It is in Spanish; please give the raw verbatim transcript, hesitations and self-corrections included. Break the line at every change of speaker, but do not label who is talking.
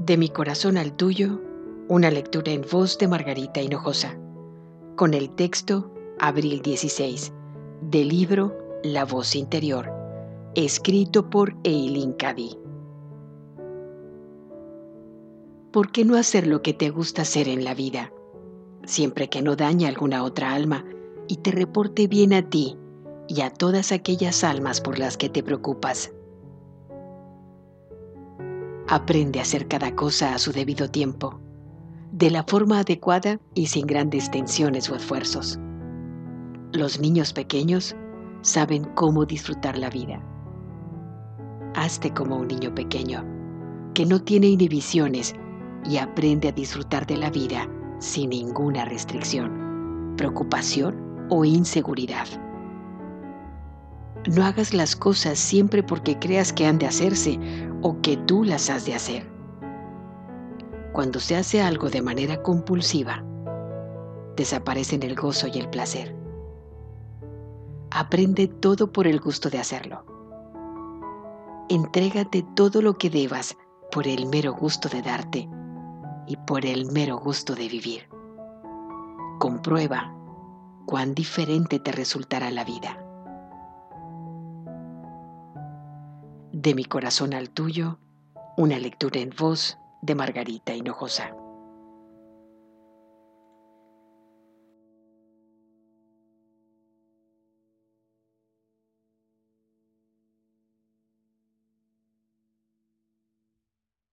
De mi corazón al tuyo, una lectura en voz de Margarita Hinojosa, con el texto Abril dieciséis, del libro La voz interior, escrito por Eileen Cady. ¿Por qué no hacer lo que te gusta hacer en la vida, siempre que no dañe a alguna otra alma y te reporte bien a ti y a todas aquellas almas por las que te preocupas? Aprende a hacer cada cosa a su debido tiempo, de la forma adecuada y sin grandes tensiones o esfuerzos. Los niños pequeños saben cómo disfrutar la vida. Hazte como un niño pequeño, que no tiene inhibiciones y aprende a disfrutar de la vida sin ninguna restricción, preocupación o inseguridad. No hagas las cosas siempre porque creas que han de hacerse o que tú las has de hacer. Cuando se hace algo de manera compulsiva, desaparecen el gozo y el placer. Aprende todo por el gusto de hacerlo. Entrégate todo lo que debas por el mero gusto de darte y por el mero gusto de vivir. Comprueba cuán diferente te resultará la vida. De mi corazón al tuyo, una lectura en voz de Margarita Hinojosa.